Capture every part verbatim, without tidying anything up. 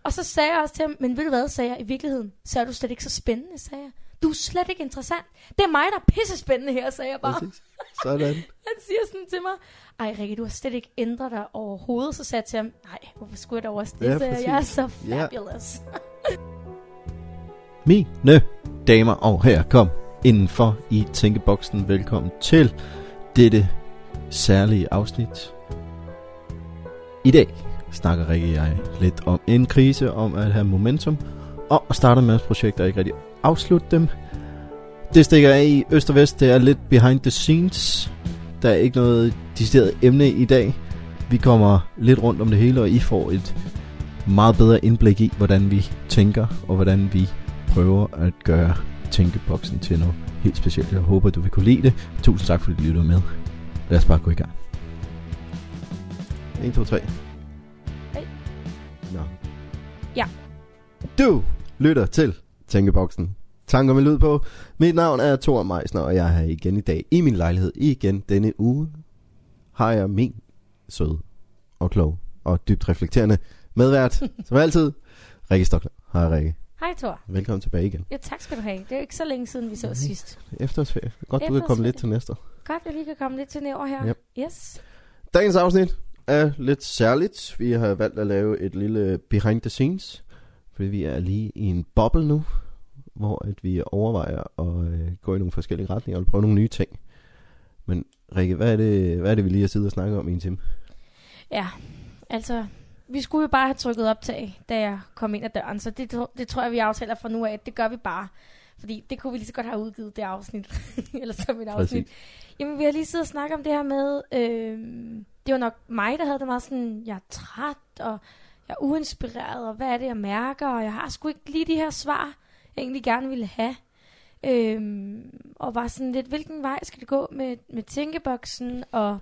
Og så sagde jeg også til ham, men ved du hvad, sagde jeg, i virkeligheden, så er du slet ikke så spændende, sagde jeg. Du er slet ikke interessant. Det er mig, der er pisse spændende her, sagde jeg bare. Præcis. Sådan. Han siger sådan til mig, ej Rikke, du har slet ikke ændret dig overhovedet. Så sagde jeg til ham, nej, hvorfor skulle jeg da over det? Ja, jeg er så fabulous. Ja. Mine damer og herrer, kom indenfor i tænkeboksen. Velkommen til dette særlige afsnit. I dag snakker Rikke og jeg lidt om en krise, om at have momentum, og starter med projekter og ikke rigtig afslutte dem. Det stikker af i øst og vest. Det er lidt behind the scenes. Der er ikke noget decideret emne i dag. Vi kommer lidt rundt om det hele, og I får et meget bedre indblik i, hvordan vi tænker, og hvordan vi prøver at gøre tænkeboksen til noget helt specielt. Jeg håber, du vil kunne lide det. Tusind tak, fordi du lytter med. Lad os bare gå i gang. en, to, tre. Hej. Nå. Ja. Du lytter til Tænkeboksen. Tanker med lyd på. Mit navn er Thor Meisner, og jeg er her igen i dag i min lejlighed. Igen denne uge har jeg min søde og klog og dybt reflekterende medvært, som altid, Rikke Stokler. Hej Rikke. Hej Thor. Velkommen tilbage igen. Ja, tak skal du have. Det er jo ikke så længe siden, vi så sidst. Efterårsferie. Godt, du kan komme lidt til næste år. Godt, at vi kan komme lidt til næste år her. Yep. Yes. Dagens afsnit er lidt særligt. Vi har valgt at lave et lille behind the scenes, fordi vi er lige i en boble nu, hvor at vi overvejer at øh, gå i nogle forskellige retninger og prøve nogle nye ting. Men Rikke, hvad er det, hvad er det vi lige har siddet og snakket om i en time? Ja, altså, vi skulle jo bare have trykket optag, da jeg kom ind ad døren, så det, det tror jeg, vi aftaler fra nu af. Det gør vi bare, fordi det kunne vi lige så godt have udgivet, det afsnit, eller som et afsnit. Præcis. Jamen, vi har lige siddet og snakket om det her med, øh, det var nok mig, der havde det meget sådan, jeg er træt, og jeg er uinspireret, og hvad er det, jeg mærker, og jeg har sgu ikke lige de her svar, jeg egentlig gerne ville have. Øhm, og var sådan lidt, hvilken vej skal det gå med, med tænkeboksen, og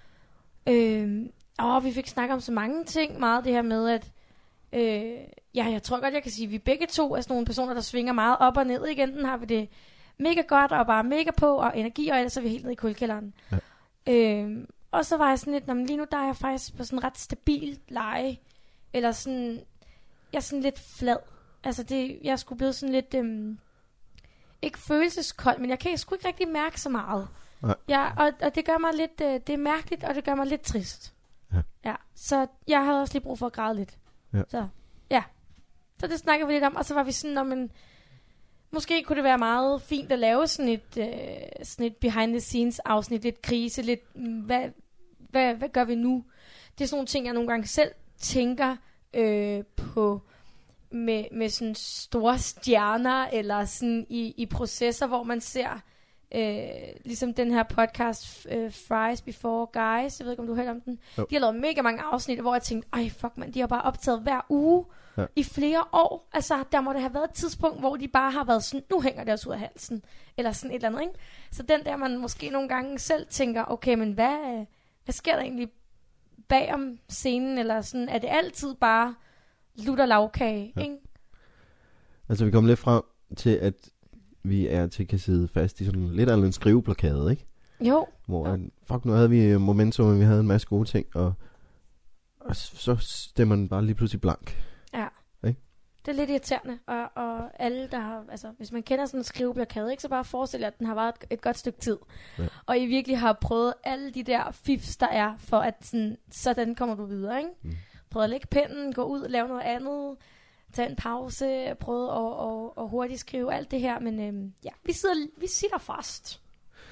øhm, åh, vi fik snakket om så mange ting, meget det her med, at øh, ja, jeg tror godt, jeg kan sige, at vi begge to er sådan nogle personer, der svinger meget op og ned igen. Den har vi det mega godt, og bare mega på, og energi, og ellers er vi helt nede i kuldekælderen. Ja. Øhm, og så var jeg sådan lidt, nå, men lige nu der er jeg faktisk på sådan ret stabilt leje, eller sådan, jeg er sådan lidt flad. Altså, det, jeg skulle blive sådan lidt, øhm, ikke følelseskold, men jeg kan sgu ikke rigtig mærke så meget. Ja, og, og det gør mig lidt, øh, det er mærkeligt, og det gør mig lidt trist. Ja. Ja, så jeg havde også lige brug for at græde lidt. Ja. Så, ja. Så det snakker vi lidt om, og så var vi sådan, om en, måske kunne det være meget fint at lave sådan et, øh, sådan et behind the scenes afsnit, lidt krise, lidt, hvad, hvad, hvad gør vi nu? Det er sådan nogle ting, jeg nogle gange selv tænker øh, på, med, med sådan store stjerner, eller sådan i, i processer, hvor man ser, øh, ligesom den her podcast, øh, Fries Before Guys, jeg ved ikke, om du har hørt om den. Jo. De har lavet mega mange afsnit, hvor jeg tænkte, ej fuck man, de har bare optaget hver uge, ja, i flere år. Altså, der må det have været et tidspunkt, hvor de bare har været sådan, nu hænger det også ud af halsen, eller sådan et eller andet, ikke? Så den der, man måske nogle gange selv tænker, okay, men hvad, hvad sker der egentlig bag om scenen, eller sådan, er det altid bare lutter lavkage, ja, ikke? Altså, vi kommer lidt frem til, at vi er til kan sidde fast i sådan lidt af en skriveblokade, ikke? Jo. Hvor, jo. fuck, nu havde vi momentum, og vi havde en masse gode ting, og, og så stemmer den bare lige pludselig blank. Ja. Ikke? Det er lidt irriterende, og, og alle, der har, altså, hvis man kender sådan en skriveblokade, ikke, så bare forestil jer, at den har været et, et godt stykke tid. Ja. Og I virkelig har prøvet alle de der fifs, der er, for at sådan, sådan kommer du videre, ikke? Mm. Prøv at lægge pennen, gå ud, lave noget andet, tage en pause, prøve at, at, at hurtigt skrive alt det her, men øhm, ja, vi sidder, vi sitter fast.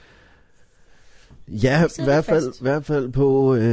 Ja, i hvert fald, i hvert fald på, øh,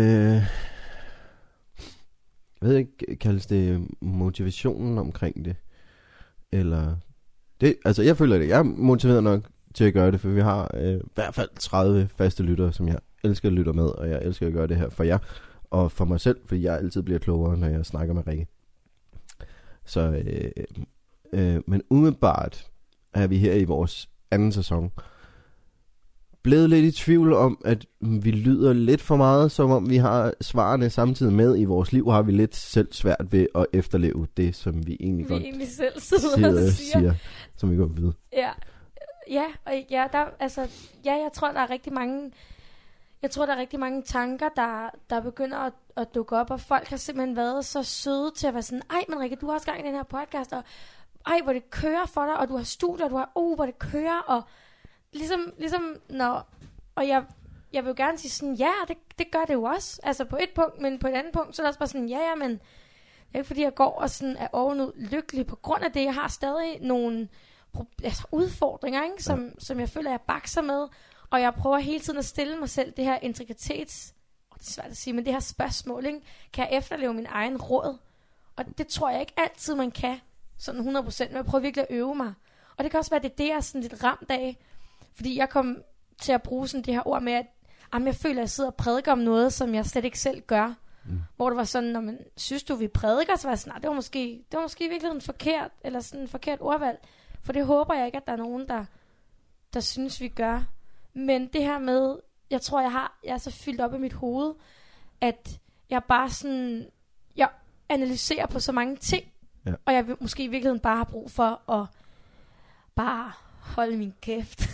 jeg ved ikke, kaldes det motivationen omkring det, eller, det, altså jeg føler det, jeg er motiveret nok til at gøre det, for vi har øh, i hvert fald tredive faste lyttere, som jeg elsker at lytte med, og jeg elsker at gøre det her for jer, og for mig selv, fordi jeg altid bliver klogere, når jeg snakker med Rikke. Så, øh, øh, men umiddelbart er vi her i vores anden sæson blevet lidt i tvivl om, at vi lyder lidt for meget, som om vi har svarene samtidig med i vores liv, har vi lidt selv svært ved at efterleve det, som vi egentlig vi godt egentlig selv sidder siger, og siger. siger, som vi går videre. Ja, ja, og ja, der, altså, ja, jeg tror, der er rigtig mange. jeg tror, der er rigtig mange tanker, der, der begynder at, at dukke op, og folk har simpelthen været så søde til at være sådan, ej, men Rikke, du har også gang i den her podcast, og ej, hvor det kører for dig, og du har studier, og du har, uh, hvor det kører, og ligesom, ligesom når, og jeg, jeg vil jo gerne sige sådan, ja, det, det gør det jo også, altså på et punkt, men på et andet punkt, så er det også bare sådan, ja, ja, men det er ikke fordi, jeg går og sådan er ovenud lykkelig på grund af det, jeg har stadig nogle altså, udfordringer, ikke? Som, ja. som jeg føler, jeg bakser med, og jeg prøver hele tiden at stille mig selv det her integritets, oh, det er svært at sige, men det her spørgsmål, ikke? Kan jeg efterleve min egen råd? Og det tror jeg ikke altid, man kan, sådan hundrede procent, men jeg prøver virkelig at øve mig. Og det kan også være, det er det, jeg er sådan lidt ramt af, fordi jeg kom til at bruge sådan det her ord med, at jamen, jeg føler, at jeg sidder og prædiker om noget, som jeg slet ikke selv gør. Mm. Hvor det var sådan, når man synes du, vi prædiker, så var jeg sådan, det var måske, det var måske virkelig en forkert, eller sådan en forkert ordvalg. For det håber jeg ikke, at der er nogen, der, der synes, vi gør. Men det her med, jeg tror, jeg har, jeg er så fyldt op i mit hoved, at jeg bare sådan, jeg analyserer på så mange ting, ja. Og jeg vil, måske i virkeligheden bare har brug for at bare holde min kæft.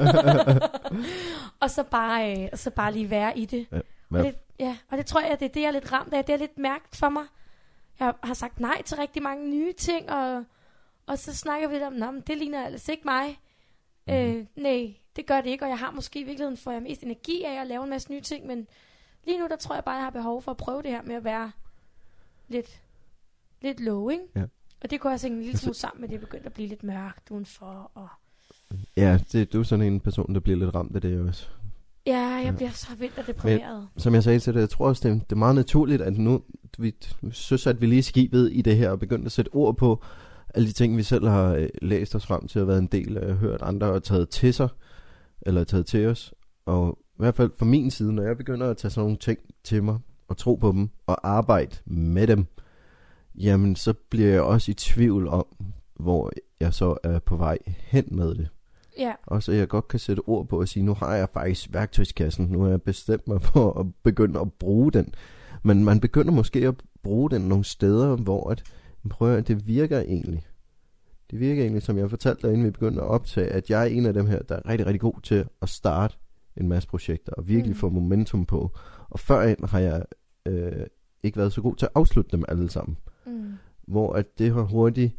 og så bare, øh, og så bare lige være i det. Ja. Og det. Ja, og det tror jeg, det er det, jeg er lidt ramt af. Det er lidt mærkt for mig. Jeg har sagt nej til rigtig mange nye ting, og, og så snakker vi lidt om, men det ligner altså ikke mig. Mm. Øh, nej, det gør det ikke, og jeg har måske i virkeligheden, får jeg mest energi af at lave en masse nye ting, men lige nu, der tror jeg bare, jeg har behov for at prøve det her med at være lidt, lidt low, ikke? Ja. Og det kunne også hænge en lille smule sammen med, det begyndte at blive lidt mørkt udenfor. Og ja, det, du er sådan en person, der bliver lidt ramt af det også. Ja, jeg ja. bliver så vinterdeprimeret. Men, som jeg sagde til dig, jeg tror også, det er, det er meget naturligt, at nu vi synes, at vi lige er skibet i det her, og begyndt at sætte ord på alle de ting, vi selv har øh, læst os frem til, at være en del af, hørt andre og taget til sig, eller taget til os. Og i hvert fald fra min side, når jeg begynder at tage sådan nogle ting til mig, og tro på dem, og arbejde med dem, jamen så bliver jeg også i tvivl om, hvor jeg så er på vej hen med det. Ja. Og så jeg godt kan sætte ord på og sige, nu har jeg faktisk værktøjskassen, nu har jeg bestemt mig for at begynde at bruge den. Men man begynder måske at bruge den nogle steder, hvor at, prøver, at det virker egentlig. Det virker egentlig, som jeg fortalte dig, inden vi begyndte at optage, at jeg er en af dem her, der er rigtig, rigtig god til at starte en masse projekter, og virkelig mm. få momentum på. Og førend har jeg øh, ikke været så god til at afslutte dem alle sammen. Mm. Hvor at det har hurtigt,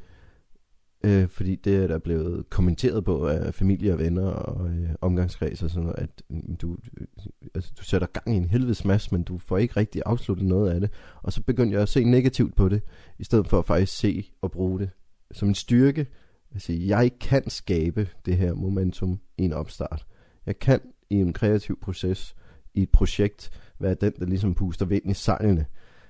øh, fordi det er der blevet kommenteret på af familie og venner og øh, omgangskreds og sådan noget, at øh, du, øh, altså, du sætter gang i en helvedes masse, men du får ikke rigtig afsluttet noget af det. Og så begyndte jeg at se negativt på det, i stedet for at faktisk se og bruge det som en styrke. Altså, jeg kan skabe det her momentum i en opstart. Jeg kan i en kreativ proces, i et projekt, være den, der ligesom puster vind i sejlene.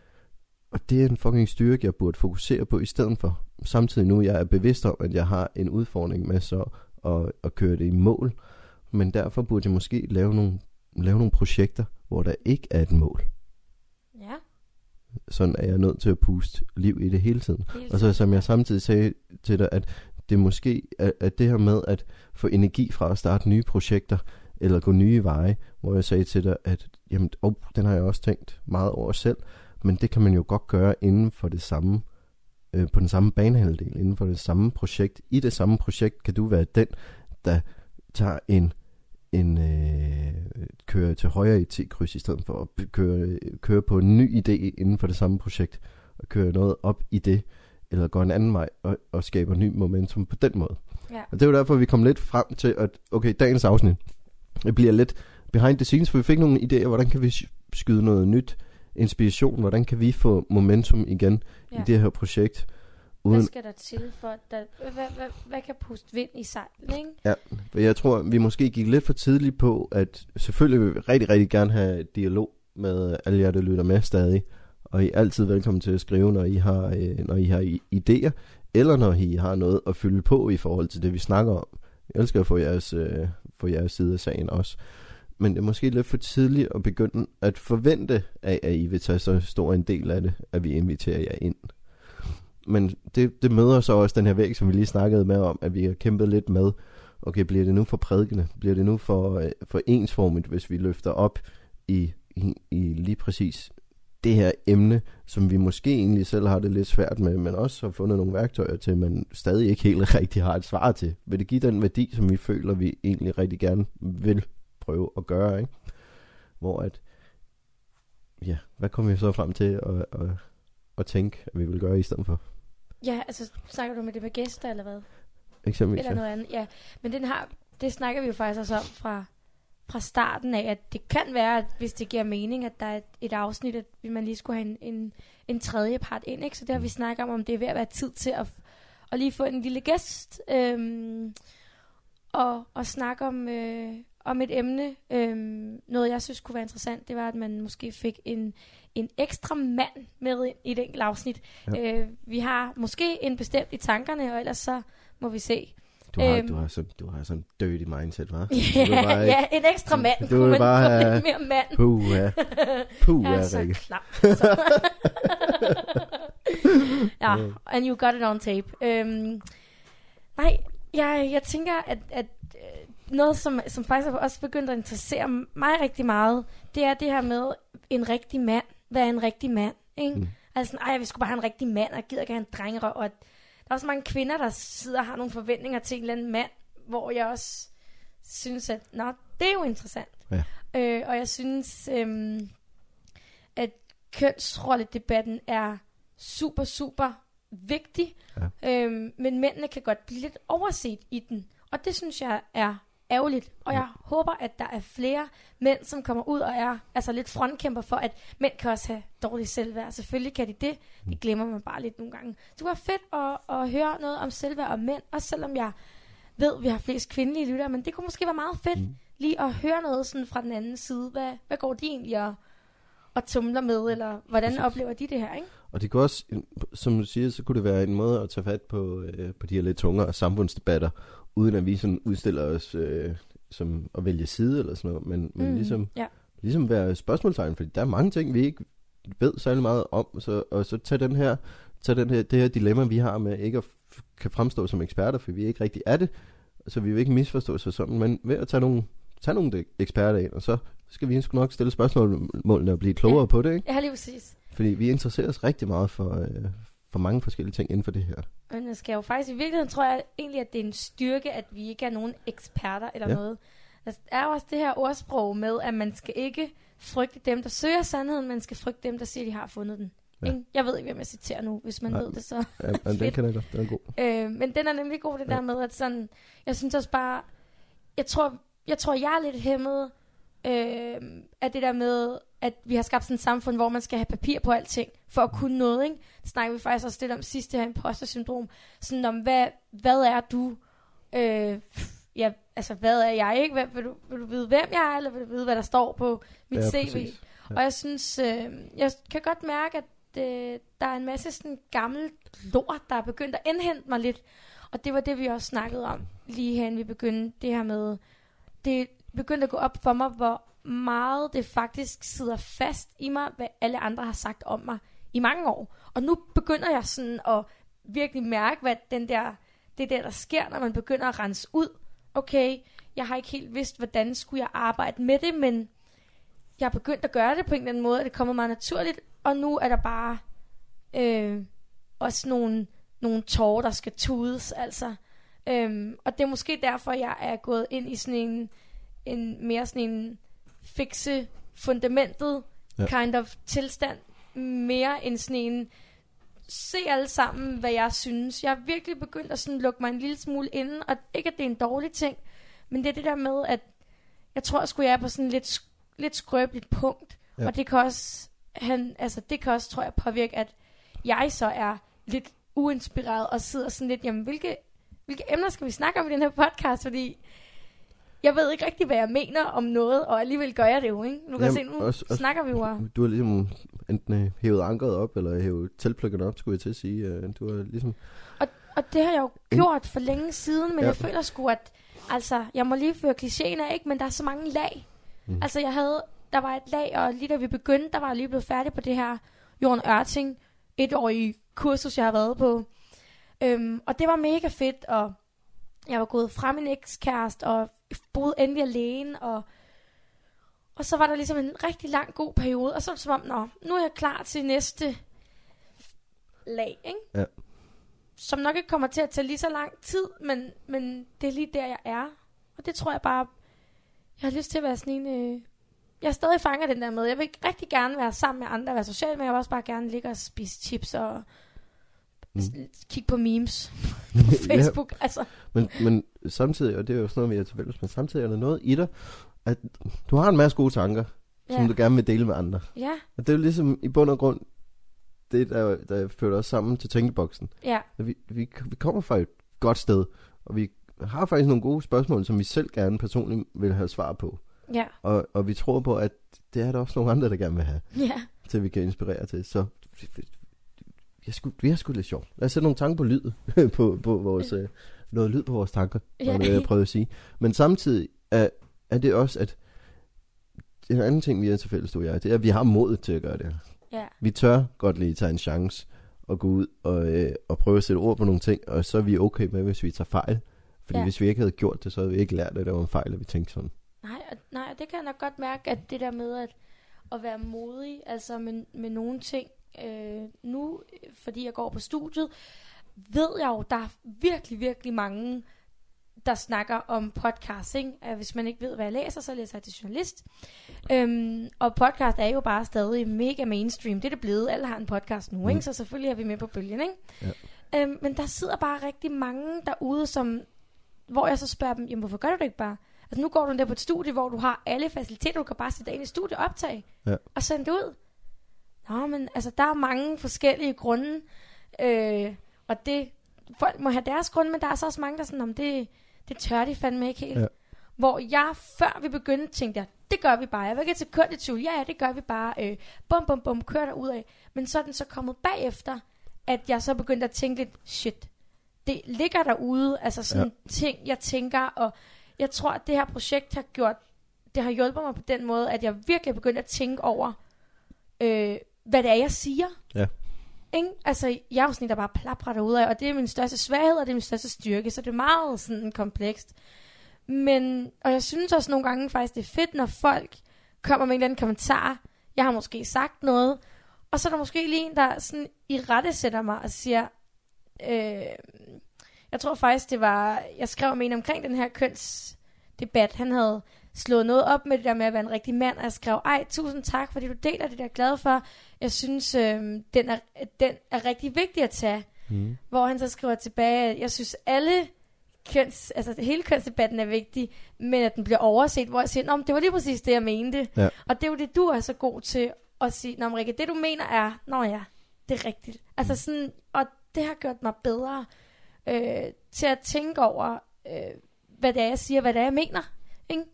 Og det er en fucking styrke, jeg burde fokusere på i stedet for. Samtidig nu, jeg er bevidst om, at jeg har en udfordring med så at, at køre det i mål. Men derfor burde jeg måske lave nogle, lave nogle projekter, hvor der ikke er et mål. Ja. Sådan er jeg nødt til at puste liv i det hele tiden. Hele og så som jeg samtidig sagde til dig, at det måske er at det her med at få energi fra at starte nye projekter, eller gå nye veje, hvor jeg sagde til dig, at jamen, oh, den har jeg også tænkt meget over selv, men det kan man jo godt gøre inden for det samme, øh, på den samme banehalvdel, inden for det samme projekt. I det samme projekt kan du være den, der tager en, en øh, kører til højre i T-kryds, i stedet for at køre, køre på en ny idé inden for det samme projekt, og køre noget op i det, eller går en anden vej, og, og skaber ny momentum på den måde. Ja. Og det er jo derfor, vi kom lidt frem til, at okay, dagens afsnit, det bliver lidt behind the scenes, for vi fik nogle idéer, hvordan kan vi skyde noget nyt, inspiration, hvordan kan vi få momentum igen ja. i det her projekt. Uden hvad skal der til for, der, hvad, hvad, hvad kan puste vind i sejlen, ikke? Ja, for jeg tror, vi måske gik lidt for tidligt på, at selvfølgelig vil vi rigtig, rigtig gerne have dialog med alle jer, der lytter med stadig. Og I er altid velkommen til at skrive, når I har, øh, når I har idéer, eller når I har noget at fylde på i forhold til det, vi snakker om. Jeg elsker at få jeres, øh, få jeres side af sagen også. Men det er måske lidt for tidligt at begynde at forvente af, at I vil tage så stor en del af det, at vi inviterer jer ind. Men det, det møder så også den her væg, som vi lige snakkede med om, at vi har kæmpet lidt med. Okay, bliver det nu for prædikende? Bliver det nu for, for ensformigt, hvis vi løfter op i, i, i lige præcis det her emne, som vi måske egentlig selv har det lidt svært med, men også har fundet nogle værktøjer til, men stadig ikke helt rigtig har et svar til. Vil det give den værdi, som vi føler, vi egentlig rigtig gerne vil prøve at gøre, ikke? hvor at, ja, hvad kommer vi så frem til at, at, at tænke, at vi vil gøre i stedet for? Ja, altså snakker du med det med gæster, eller hvad? Eksempelvis, eller ja. noget andet, ja. Men den har, det snakker vi jo faktisk også om fra, fra starten af, at det kan være, at hvis det giver mening, at der er et, et afsnit, at man lige skulle have en, en, en tredje part ind, ikke? Så det har vi snakket om, om det er ved at være tid til at, at lige få en lille gæst, øhm, og, og snakke om, øh, om et emne. Øhm, noget, jeg synes kunne være interessant, det var, at man måske fik en, en ekstra mand med ind i et enkelt afsnit. Ja. Øh, vi har måske en bestemt i tankerne, og ellers så må vi se. Du har, Øhm, du har sådan, du har sådan dirty mindset, hva'? Ja, bare, ja, en ekstra mand. Du, du vil bare have... lidt mere mand. Puh, ja. Puh, ja, ja, så Rikke. klam. Ja, and you got it on tape. Øhm, nej, jeg, jeg tænker, at, at noget, som, som faktisk også begyndt at interessere mig rigtig meget, det er det her med en rigtig mand. Hvad er en rigtig mand? Ikke? Mm. Altså, ej, vi skulle bare have en rigtig mand, og jeg gider ikke have en drengerøv. Og der er også mange kvinder, der sidder og har nogle forventninger til en eller anden mand, hvor jeg også synes, at nå, det er jo interessant. Ja. Øh, og jeg synes, øhm, at kønsrolledebatten er super, super vigtig. Ja. Øhm, men mændene kan godt blive lidt overset i den. Og det synes jeg er ærgerligt. Og jeg håber, at der er flere mænd, som kommer ud og er altså lidt frontkæmper for, at mænd kan også have dårligt selvværd. Selvfølgelig kan de det. Det glemmer man bare lidt nogle gange. Det var fedt at, at høre noget om selvværd og mænd. Også selvom jeg ved, at vi har flest kvindelige lyttere. Men det kunne måske være meget fedt mm. lige at høre noget sådan fra den anden side. Hvad, hvad går de egentlig og, og tumler med? Eller hvordan Præcis. Oplever de det her, ikke? Og det kunne også, som du siger, så kunne det være en måde at tage fat på, øh, på de her lidt tungere samfundsdebatter, uden at vi sådan udstiller os øh, som at vælge side eller sådan noget, men, men mm, ligesom, ja. ligesom være spørgsmålstegn, fordi der er mange ting, vi ikke ved særlig meget om, så, og så tage den her, tage den her, det her dilemma, vi har med ikke at f- kan fremstå som eksperter, for vi ikke rigtig er det, så vi vil ikke misforstå sig sådan, men ved at tage nogle, tage nogle eksperter ind, og så skal vi sgu nok stille spørgsmålene og blive klogere ja. På det, ikke? Ja, lige præcis. Fordi vi interesserer os rigtig meget for, øh, for mange forskellige ting inden for det her. Men jeg skal jo faktisk, i virkeligheden tror jeg egentlig, at det er en styrke, at vi ikke er nogen eksperter eller ja. Noget. Der er jo også det her ordsprog med, at man skal ikke frygte dem, der søger sandheden, man skal frygte dem, der siger, de har fundet den. Ja. Jeg ved ikke, hvem jeg citerer nu, hvis man Nej, ved det, så ja, men den kan jeg godt, den er god. Øh, men den er nemlig god, det ja. Der med, at sådan, jeg synes også bare, jeg tror, jeg tror, jeg er lidt hæmmet øh, af det der med, at vi har skabt sådan et samfund, hvor man skal have papir på alting, for at kunne noget, ikke? Det snakker vi faktisk også lidt om sidst, det her imposter-syndrom. Sådan om, hvad, hvad er du? Øh, ja, altså, hvad er jeg, ikke? Hvad, vil, du, vil du vide, hvem jeg er, eller vil du vide, hvad der står på mit ja, C V? Ja. Og jeg synes, øh, jeg kan godt mærke, at øh, der er en masse sådan gammel lort, der er begyndt at indhente mig lidt. Og det var det, vi også snakkede om, lige hen vi begyndte det her med, det begyndte at gå op for mig, hvor meget det faktisk sidder fast i mig, hvad alle andre har sagt om mig i mange år. Og nu begynder jeg sådan at virkelig mærke, hvad den der, det der, der sker, når man begynder at rense ud. Okay, jeg har ikke helt vidst, hvordan skulle jeg arbejde med det, men jeg har begyndt at gøre det på en eller anden måde, og det kommer meget naturligt, og nu er der bare øh, også nogle, nogle tårer, der skal tudes, altså. Øhm, og det er måske derfor, jeg er gået ind i sådan en, en mere sådan en fikse fundamentet ja. Kind of tilstand, mere end sådan en se alle sammen, hvad jeg synes. Jeg har virkelig begyndt at sådan lukke mig en lille smule inden, og ikke at det er en dårlig ting, men det er det der med, at jeg tror sgu, jeg er på sådan lidt, lidt skrøbeligt punkt, ja. Og det kan også han, altså det kan også, tror jeg, påvirke, at jeg så er lidt uinspireret og sidder sådan lidt, jamen hvilke, hvilke emner skal vi snakke om i den her podcast, fordi jeg ved ikke rigtig, hvad jeg mener om noget, og alligevel gør jeg det jo, ikke? Nu kan Jamen, se, nu også, snakker også, vi jo. Du har ligesom enten hævet ankeret op, eller hævet teltplukkerne op, skulle jeg til at sige. Du har ligesom... Og, og det har jeg jo gjort for længe siden, men ja. Jeg føler sgu, at altså, jeg må lige føre klichéen af, ikke? Men der er så mange lag. Mm. Altså, jeg havde, der var et lag, og lige da vi begyndte, der var jeg lige blevet færdig på det her Jorden Ørting, et år i kursus, jeg har været på. Øhm, og det var mega fedt, og jeg var gået fra min ekskæreste, og boede endelig alene, og, og så var der ligesom en rigtig lang, god periode, og så var det som om, nå, nu er jeg klar til næste lag, ikke? Ja. Som nok ikke kommer til at tage lige så lang tid, men, men det er lige der, jeg er. Og det tror jeg bare, jeg har lyst til at være sådan en, øh, jeg stadig fanger den der med, jeg vil rigtig gerne være sammen med andre, være social, men jeg vil også bare gerne ligge og spise chips og mm. kigge på memes på Facebook. Ja. Altså. Men, men samtidig, og det er jo sådan noget, vi er til fælles, men samtidig er der noget i dig, at du har en masse gode tanker, ja. Som du gerne vil dele med andre. Ja. Og det er jo ligesom i bund og grund, det der, der fører os sammen til Tænkeboksen. Ja. Vi, vi, vi kommer fra et godt sted, og vi har faktisk nogle gode spørgsmål, som vi selv gerne personligt vil have svar på. Ja. Og, og vi tror på, at det er der også nogle andre, der gerne vil have. Ja. Til vi kan inspirere til. Så vi har sgu, vi har sgu lidt sjovt. Lad os sætte nogle tanker på lyd. på, på vores, øh, noget lyd på vores tanker. Ja. Det jeg prøver at sige. Men samtidig er, er det også, at en anden ting, vi er til fælles, du og jeg, det er, at vi har modet til at gøre det her. Ja. Vi tør godt lige tage en chance og gå ud og, øh, og prøve at sætte ord på nogle ting, og så er vi okay med, hvis vi tager fejl. Fordi ja. Hvis vi ikke havde gjort det, så havde vi ikke lært, at det var en fejl, at vi tænkte sådan. Nej, nej, det kan jeg nok godt mærke, at det der med at, at være modig, altså med, med nogle ting, øh, nu, fordi jeg går på studiet, ved jeg jo, der er virkelig, virkelig mange, der snakker om podcasting. Hvis man ikke ved, hvad jeg læser, så læser jeg til journalist. Øhm, og podcast er jo bare stadig mega mainstream. Det er det blevet. Alle har en podcast nu, mm. ikke? Så selvfølgelig er vi med på bølgen, ikke? Ja. Øhm, men der sidder bare rigtig mange derude, som, hvor jeg så spørger dem, jamen hvorfor gør du det ikke bare? Altså nu går du der på et studie, hvor du har alle faciliteter, du kan bare sætte dig ind i studiet og optage, ja. Og sende det ud. Nå, men altså der er mange forskellige grunde, øh, og det, folk må have deres grunde, men der er så også mange, der sådan, om det, det tør de fandme ikke helt. Ja. Hvor jeg, før vi begyndte, tænkte jeg, det gør vi bare. Jeg vil ikke til kørt i tvivl. Ja, ja, det gør vi bare. Øh, bum, bum, bum, kør der ud af. Men så er den så kommet bagefter, at jeg så begyndte at tænke lidt, shit, det ligger derude, altså sådan ja. Ting, jeg tænker, og jeg tror, at det her projekt har gjort, det har hjulpet mig på den måde, at jeg virkelig er begyndt at tænke over, øh, hvad det er, jeg siger. Ja. Ikke? Altså, jeg er jo sådan en, der bare plaprer derude af, og det er min største svaghed, og det er min største styrke, så det er meget sådan komplekst. Men, og jeg synes også nogle gange faktisk, det er fedt, når folk kommer med en eller anden kommentar, jeg har måske sagt noget, og så er der måske lige en, der sådan i rette sætter mig og siger, øh, jeg tror faktisk, det var, jeg skrev med en omkring den her kønsdebat, han havde slået noget op med det der med at være en rigtig mand, og jeg skrev, ej, tusind tak, fordi du deler det, der er glad for. Jeg synes, øh, den, er, den er rigtig vigtig at tage. Mm. Hvor han så skriver tilbage, jeg synes, alle køns, altså hele kønsdebatten er vigtig, men at den bliver overset, hvor jeg siger, nå, det var lige præcis det, jeg mente. Ja. Og det er jo det, du er så god til at sige, nå, Rikke, det du mener er, nå ja, det er rigtigt. Altså sådan, og det har gjort mig bedre øh, til at tænke over, øh, hvad det er, jeg siger, hvad det er, jeg mener. Ikke?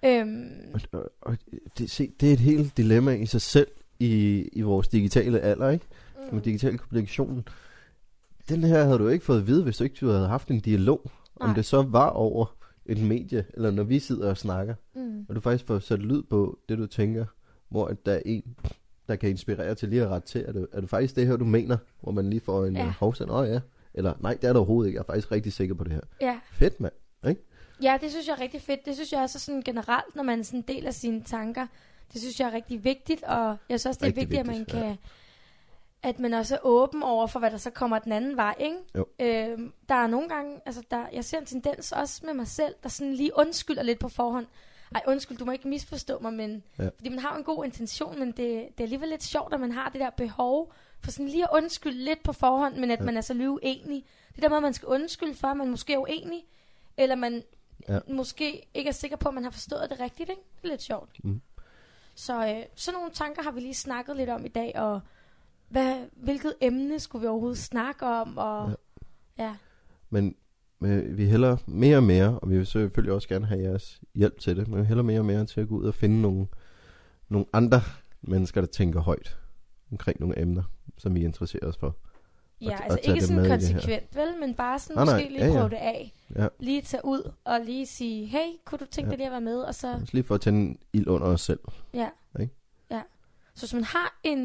Øhm. Og, og, og det, se, det er et helt dilemma i sig selv i, i vores digitale alder, ikke? Mm. Med digital kommunikation. Den her havde du ikke fået at vide, hvis du ikke du havde haft en dialog. Nej. Om det så var over et medie, eller når vi sidder og snakker. Mm. Og du faktisk får sat lyd på det, du tænker, hvor at der er en, der kan inspirere til lige at rette til. Er det, er det faktisk det her, du mener, hvor man lige får en ja. hovsand? Åh ja. Eller nej, det er der overhovedet ikke. Jeg er faktisk rigtig sikker på det her. Ja. Fedt, mand. Ikke? Ja, det synes jeg er rigtig fedt. Det synes jeg også sådan generelt, når man sådan deler sine tanker. Det synes jeg er rigtig vigtigt, og jeg synes også, det er rigtig vigtigt, vigtigt, at man kan, ja. At man også er åben over for, hvad der så kommer den anden vej, ikke? Øhm, der er nogle gange, altså der, jeg ser en tendens også med mig selv, der sådan lige undskylder lidt på forhånd. Ej, undskyld, du må ikke misforstå mig, men ja. Fordi man har en god intention, men det, det er alligevel lidt sjovt, at man har det der behov for sådan lige at undskylde lidt på forhånd, men at ja. Man er så lige uenig. Det der med, at man skal undskylde for, at man måske er uenig, eller man ja. Måske ikke er sikker på, at man har forstået det rigtigt, ikke? Det er lidt sjovt. Mm. Så øh, sådan nogle tanker har vi lige snakket lidt om i dag, og hvad, hvilket emne skulle vi overhovedet snakke om, og ja. ja. Men, men vi hælder mere og mere, og vi vil selvfølgelig også gerne have jeres hjælp til det, men vi hælder mere og mere til at gå ud og finde nogle, nogle andre mennesker, der tænker højt omkring nogle emner, som vi interesserer os for. Ja, og, altså og ikke sådan konsekvent, vel, men bare sådan ah, måske nej, lige ja, ja. Prøve det af. Ja. Lige tage ud og lige sige, hey, kunne du tænke ja. Dig lige at være med? Og så lige for at tænde ild under os selv. Ja. Okay? Ja. Så hvis man har en,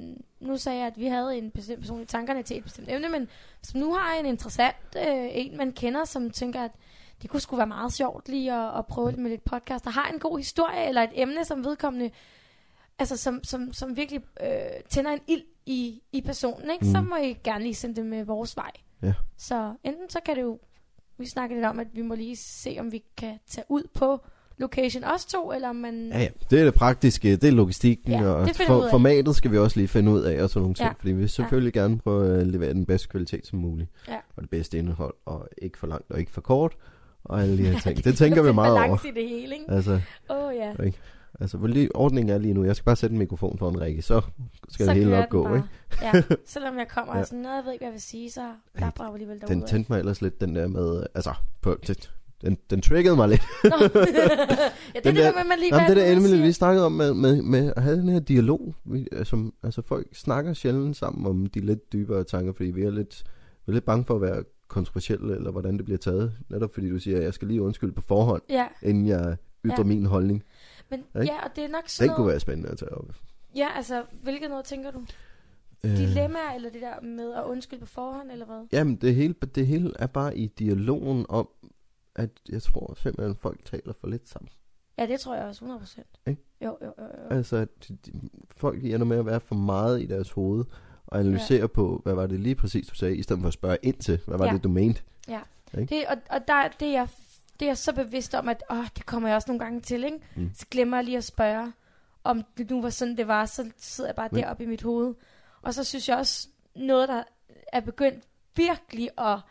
nu sagde jeg, at vi havde en bestemt person i tankerne til et bestemt emne, men hvis man nu har en interessant øh, en, man kender, som tænker, at det kunne sgu være meget sjovt lige at, at prøve det med lidt podcast, der har en god historie, eller et emne, som vedkommende, altså som, som, som virkelig øh, tænder en ild i, i personen, ikke? Mm. Så må I gerne lige sende det med vores vej. Ja. Så enten så kan det jo, vi snakker lidt om, at vi må lige se, om vi kan tage ud på location os to, eller om man... Ja, ja, det er det praktiske, det er logistikken, Ja, og det finder vi ud for, af. formatet skal vi også lige finde ud af, og sådan nogle ting, Ja. fordi vi vil selvfølgelig ja. gerne prøve at levere den bedste kvalitet som muligt, Ja. og det bedste indhold, og ikke for langt og ikke for kort, og alle de her Ja, ting. det, Det tænker vi meget over. balance i det hele, ikke? Altså, Åh, oh, ja. ikke? Altså, hvor lige, ordningen er lige nu, jeg skal bare sætte en mikrofon for en Rikke, så skal Så det hele kører nok gå, den ikke? bare. Ja, selvom jeg kommer Ja. og sådan, noget, jeg ved ikke, hvad jeg vil sige, så der brager alligevel Den derudad. tændte mig ellers lidt, den der med, altså, på, det, den, den triggede mig lidt. Nå. ja, det er Den det der- der med, man lige Jamen, det hvad der man Emily, siger. vi snakkede om med, med, med at have den her dialog. Vi, altså, altså, folk snakker sjældent sammen om de lidt dybere tanker, fordi vi er lidt, vi er lidt bange for at være kontroversielle, eller hvordan det bliver taget. Netop fordi du siger, at jeg skal lige undskylde på forhånd, Ja, inden jeg ytrer Ja. min holdning. men Ikke? ja, og det er nok sådan Den kunne noget... være spændende at tage op. Ja, altså, hvilket noget tænker du? Øh, Dilemmaer, eller det der med at undskylde på forhånd, eller hvad? Jamen, det hele, det hele er bare i dialogen om, at jeg tror simpelthen, at folk taler for lidt sammen. Ja, det tror jeg også, hundrede procent. Ikke? Jo, jo, jo, jo. Altså, at de, de, folk ender med at være for meget i deres hoved, og analysere ja. på, hvad var det lige præcis, du sagde, i stedet for at spørge ind til, hvad var Ja. det, du mente. Ja, Ikke? det, og, og der, det, er jeg, det er jeg så bevidst om, at åh, det kommer jeg også nogle gange til, ikke? Mm. Så glemmer jeg lige at spørge, om det nu var sådan, det var, så sidder jeg bare Men- deroppe i mit hoved. Og så synes jeg også, noget, der er begyndt virkelig at,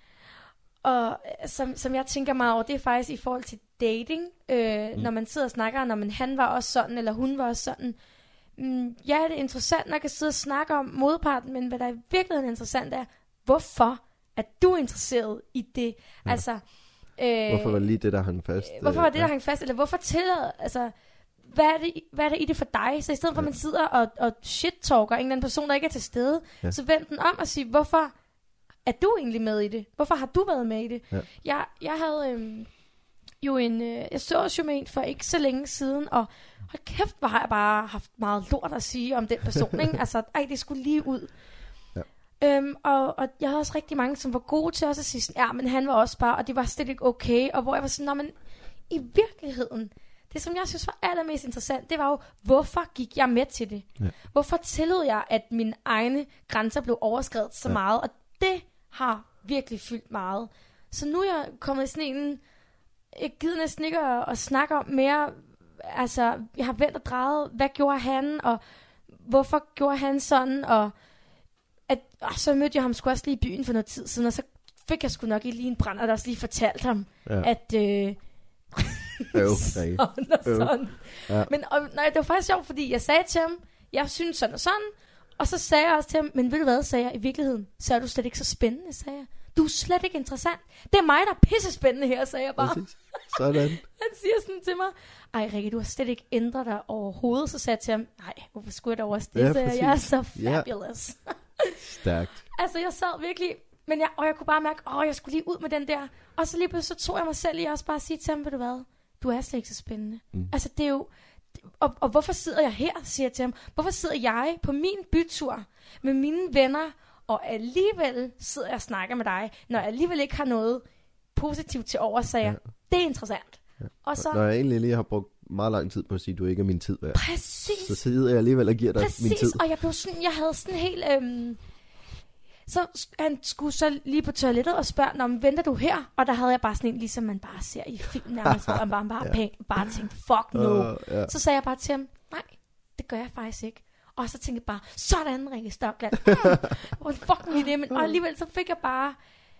og som, som jeg tænker meget over, det er faktisk i forhold til dating, øh, mm. når man sidder og snakker, når man, han var også sådan, eller hun var også sådan. Mm, ja, det er interessant nok at sidde og snakke om modparten, men hvad der i virkeligheden er interessant er, hvorfor er du interesseret i det? Ja. Altså, øh, Hvorfor var det lige det, der hang fast? Hvorfor var det, Ja. der hang fast? Eller hvorfor tillader... Altså, hvad er, det, hvad er det i det for dig? Så i stedet for, at man sidder og, og shit-talker en eller anden person, der ikke er til stede, Ja. så vend den om og sig, hvorfor er du egentlig med i det? Hvorfor har du været med i det? Ja. Jeg, jeg havde øhm, jo en... Øh, jeg så jo med en for ikke så længe siden, og hold kæft, hvor har jeg bare haft meget lort at sige om den person, ikke? Altså, ej, det skulle lige ud. Ja. Øhm, og, og jeg havde også rigtig mange, som var gode til også at sige sådan, ja, men han var også bare, og det var slet ikke okay, og hvor jeg var sådan, nå, men i virkeligheden, det som jeg synes var allermest interessant, det var jo, hvorfor gik jeg med til det? Ja. Hvorfor tillod jeg, at mine egne grænser blev overskredet så Ja. meget? Og det har virkelig fyldt meget. Så nu er jeg kommet i sådan en, jeg gider næsten ikke at, at snakke om mere, altså, jeg har vendt og drejet, hvad gjorde han, og hvorfor gjorde han sådan, og at, og så mødte jeg ham sgu også lige i byen for noget tid siden, og så fik jeg sgu nok lige en brænder, der også lige fortalte ham, Ja. at øh, Øv, Rikke. sådan og Øv. sådan. Ja. Men og, nej, det var faktisk sjovt, fordi jeg sagde til ham, jeg synes sådan og sådan, og så sagde jeg også til ham, men ved du hvad, sagde jeg, i virkeligheden, så er du slet ikke så spændende, sagde jeg. Du er slet ikke interessant. Det er mig, der er pisse spændende her, sagde jeg bare. Præcis. Sådan. Han siger sådan til mig, ej Rikke, du har slet ikke ændret dig overhovedet. Så sagde jeg til ham, nej, hvorfor skulle jeg da også det? Ja, Så jeg, jeg er præcis. så Ja. fabulous. Stærkt. Altså, jeg sad virkelig, men jeg, og jeg kunne bare mærke, åh, jeg skulle lige ud med den der. Og så lige pludselig så tog jeg mig selv i også bare at sige til ham, ved du hvad, du er slet ikke så spændende. Mm. Altså, det er jo, og, og hvorfor sidder jeg her, siger jeg til ham. Hvorfor sidder jeg på min bytur med mine venner, og alligevel sidder jeg og snakker med dig, når jeg alligevel ikke har noget positivt til over, så jeg, Ja. det er interessant. Ja. Og så, Når jeg egentlig lige har brugt meget lang tid på at sige, at du ikke er min tid værd, præcis. så sidder jeg alligevel og giver dig min Præcis, tid. og jeg blev sådan, jeg havde sådan helt, øhm, så sk- han skulle så lige på toilettet og spørge, når venter du her? Og der havde jeg bare sådan en, ligesom man bare ser i film nærmest, hvor man bare, bare, Ja. pæ- bare tænkte, fuck no. Uh, ja. Så sagde jeg bare til ham, nej, det gør jeg faktisk ikke. Og så tænkte jeg bare, sådan Rikke Stokland. Mm, hvor fucking idé, men og alligevel så fik jeg bare,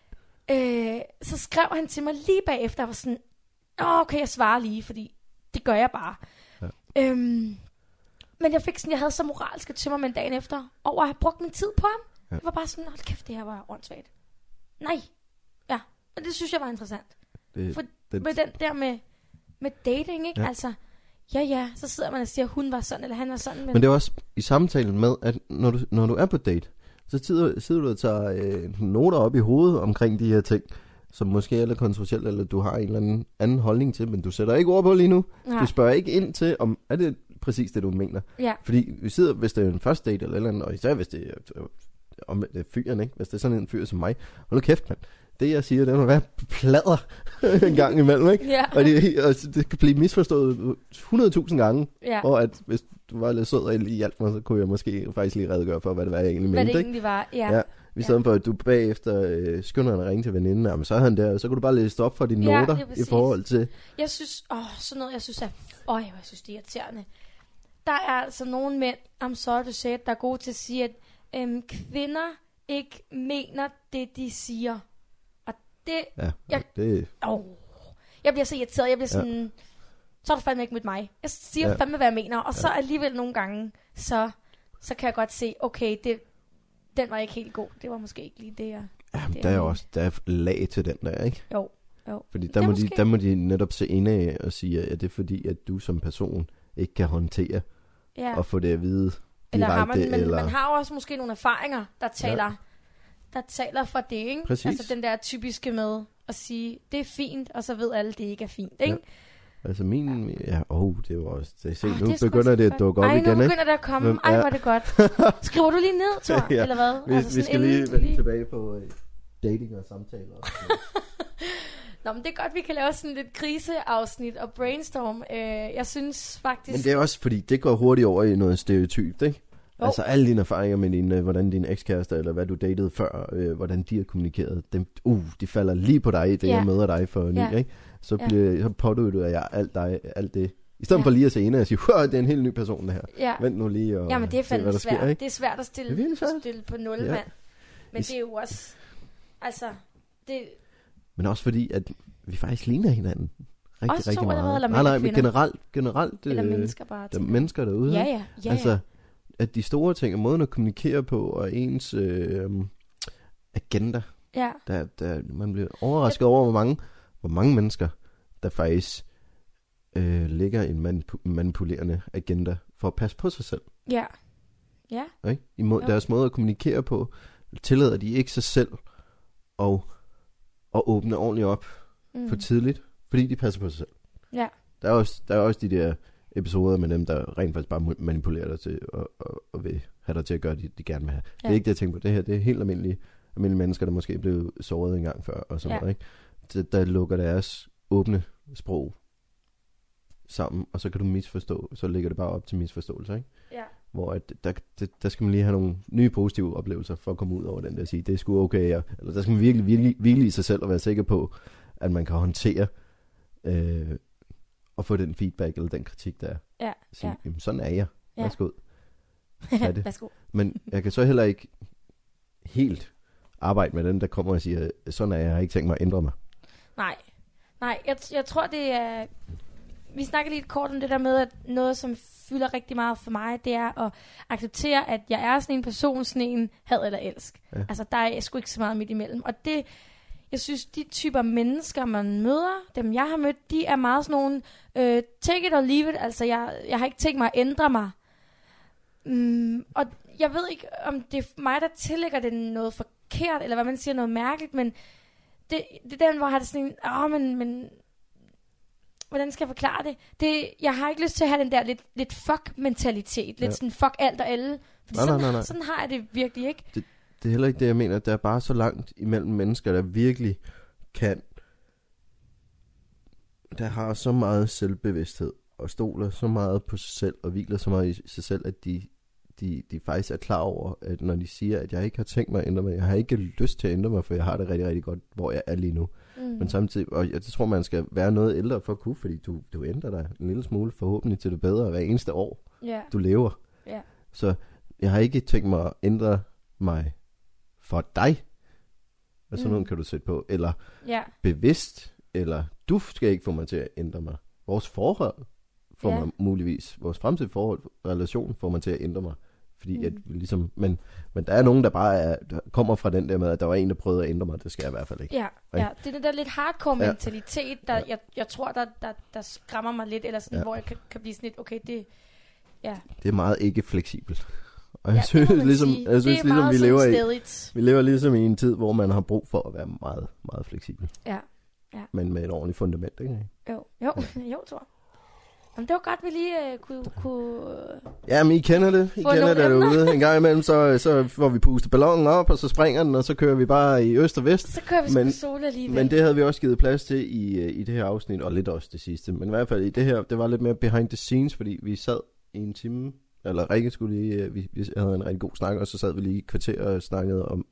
øh, så skrev han til mig lige bagefter, og var sådan, åh, okay, jeg svarer lige, fordi det gør jeg bare. Ja. Øhm, men jeg fik sådan, jeg havde så moralske tømmermænd dagen efter, over at have brugt min tid på ham. Ja. Jeg var bare sådan, hold kæft, det her var åndssvagt. Nej, ja, men det synes jeg var interessant. Det, For, det, med den der med, med dating, ikke? Ja. Altså, ja, ja, så sidder man og siger, hun var sådan, eller han var sådan. Men, Men det er også i samtalen med, at når du, når du er på date, så sidder, sidder du og tager øh, noter op i hovedet omkring de her ting, som måske er lidt kontroversielle, eller du har en eller anden, anden holdning til, men du sætter ikke ord på lige nu. nej, Du spørger ikke ind til, om er det præcis det, du mener. ja, Fordi vi sidder, hvis det er en første date eller et eller andet, og især hvis det er, om det er fyren, ikke? Hvis det er sådan en fyr som mig, hold nu kæft, mand. Det jeg siger, det må være plader en gang imellem, ikke? ja, Og det, og det kan blive misforstået hundrede tusind gange, ja. og at hvis du var lidt sød og lige hjalp mig, så kunne jeg måske faktisk lige redegøre for, hvad det var, jeg egentlig Hvad mente, det ikke? egentlig var, ja. Ja. I stedet for, at du bagefter øh, skynder han at ringe til veninden, jamen, så er han der, og så kan du bare læse op for dine ja, noter i forhold til... Jeg synes, åh, sådan noget, jeg synes er... Åh, jeg synes, det er irriterende. Der er altså nogle mænd, I'm sorry to say, der er gode til at sige, at øhm, kvinder ikke mener det, de siger. Og det... Ja, jeg, det... Åh, jeg bliver så irriteret, jeg bliver sådan... Ja. Så er du fandme ikke med mig. Jeg siger ja. fandme, hvad jeg mener. Og ja. så alligevel nogle gange, så, så kan jeg godt se, okay, det, den var ikke helt god. Det var måske ikke lige det, jeg... Ja, der er jo også der er lag til den der, ikke? Jo, jo. Fordi der må, de, der må de netop se indad og sige, at det er fordi, at du som person ikke kan håndtere ja. og få det at vide direkte. Eller har man, men, eller... man har jo også måske nogle erfaringer, der taler, ja. der taler for det, ikke? Præcis. Altså den der typiske med at sige, det er fint, og så ved alle, det ikke er fint, ikke? Ja. Altså min, ja, åh, oh, det var også, det, se, oh, nu det begynder det at dukke op Ej, igen, ikke? Ej, nu begynder det at komme, Hvem, ej, hvor er det godt. Skriver du lige ned, Thor, ja. eller hvad? Vi, altså, vi skal lige vende lige... tilbage på uh, dating og samtaler. Og Nå, men det er godt, vi kan lave sådan lidt kriseafsnit og brainstorm. Uh, jeg synes faktisk... Men det er også, fordi det går hurtigt over i noget stereotypt, ikke? Oh. Altså alle dine erfaringer med din, uh, hvordan din ekskæreste, eller hvad du datede før, uh, hvordan de har kommunikeret, dem, uh, de falder lige på dig, det yeah. jeg møder dig for ny, yeah. ikke? Så, bliver, yeah. så påduer jeg alt, dig, alt det. I stedet yeah. for lige at se ind og sige, det er en helt ny person, det her. Yeah. Vent nu lige og Jamen, det er fandme se, svært. Sker, det er svært at stille, det svært. stille på nul, yeah. mand. Men det er jo også... Altså, det... Men også fordi, at vi faktisk ligner hinanden. Rigtig, også rigtig to, meget. Eller nej, nej, men generelt, generelt... Eller øh, mennesker bare. Der mennesker derude. Ja, ja. ja, altså, ja. at de store ting, og måden at kommunikere på, og ens øh, agenda. Ja. Der, der, man bliver overrasket ja. over, hvor mange, hvor mange mennesker, der faktisk øh, lægger en manip- manipulerende agenda for at passe på sig selv. Ja. Ja. Okay? I må- deres måde at kommunikere på, tillader de ikke sig selv og, og åbne ordentligt op mm. for tidligt, fordi de passer på sig selv. Ja. Der er også, der er også de der episoder med dem, der rent faktisk bare manipulerer dig til og, og, og vil have dig til at gøre det, de gerne vil have. Ja. Det er ikke det, jeg tænker på. Det her, det er helt almindelige, almindelige mennesker, der måske er blevet såret en gang før, og sådan ja. noget, ikke? Det, der lukker deres åbne sprog sammen, og så kan du misforstå, så ligger det bare op til misforståelse, ikke? Ja. Hvor at, der, der, der skal man lige have nogle nye positive oplevelser for at komme ud over den der og sige, det er sgu okay, og, eller der skal man virkelig, virkelig hvile i sig selv og være sikker på, at man kan håndtere øh, og få den feedback eller den kritik, der er. Ja, sige, ja. Jamen, sådan er jeg. Ja. Værsgo. Er det. Værsgo. Men jeg kan så heller ikke helt arbejde med dem, der kommer og siger, sådan er jeg, jeg har ikke tænkt mig at ændre mig. Nej, nej, jeg, jeg tror det er... Vi snakker lidt kort om det der med, at noget, som fylder rigtig meget for mig, det er at acceptere, at jeg er sådan en person, sådan en had eller elsk. Ja. Altså, der er sgu ikke så meget midt imellem. Og det, jeg synes, de typer mennesker, man møder, dem jeg har mødt, de er meget sådan nogle, øh, take it or leave it. Altså, jeg, jeg har ikke tænkt mig at ændre mig. Mm, og jeg ved ikke, om det er mig, der tillægger det noget forkert, eller hvad man siger, noget mærkeligt, men det, det er den, hvor jeg har det sådan en, åh, men... men hvordan skal jeg forklare det? det? Jeg har ikke lyst til at have den der lidt, lidt fuck-mentalitet. Lidt ja. sådan fuck alt og alle. Fordi nej, sådan, nej, nej. sådan har jeg det virkelig ikke. Det, det er heller ikke det, jeg mener. Der er bare så langt imellem mennesker, der virkelig kan... Der har så meget selvbevidsthed og stoler så meget på sig selv og hviler så meget i sig selv, at de, de, de faktisk er klar over, at når de siger, at jeg ikke har tænkt mig at ændre mig, jeg har ikke lyst til at ændre mig, for jeg har det rigtig, rigtig godt, hvor jeg er lige nu. Mm. Men samtidig, og jeg tror, man skal være noget ældre for at kunne, fordi du, du ændrer dig en lille smule forhåbentlig til det bedre hver eneste år, yeah. du lever. Yeah. Så jeg har ikke tænkt mig at ændre mig for dig. Og sådan mm. noget kan du sætte på. Eller yeah. bevidst, eller du skal ikke få mig til at ændre mig. Vores forhold får yeah. mig muligvis, vores fremtidige forhold, relation får mig til at ændre mig. Fordi mm. at ligesom, men, men der er nogen, der bare er, der kommer fra den der med, at der var en, der prøvede at ændre mig. Det skal jeg i hvert fald ikke. Ja, ja. Det er den der lidt hardcore ja. mentalitet, der ja. jeg, jeg tror, der, der, der skræmmer mig lidt, eller sådan, ja. hvor jeg kan, kan blive sådan lidt, okay, det, ja. Det er meget ikke fleksibelt. Og ja, jeg synes, ligesom, jeg synes ligesom, vi lever, i, vi lever ligesom i en tid, hvor man har brug for at være meget, meget fleksibel. Ja, ja. Men med et ordentligt fundament, ikke? Jo, jo, jo, tror jeg. Jamen, det var godt, vi lige uh, kunne... kunne ja, men I kender det. I kender det derude. En gang imellem, så, så får vi pustet ballonen op, og så springer den, og så kører vi bare i øst og vest. Så kører vi men, sgu sol alligevel. Men det havde vi også givet plads til i, i det her afsnit, og lidt også det sidste. Men i hvert fald i det her, det var lidt mere behind the scenes, fordi vi sad i en time, eller Rikke skulle lige, vi, vi havde en rigtig god snak, og så sad vi lige i kvarter og snakkede om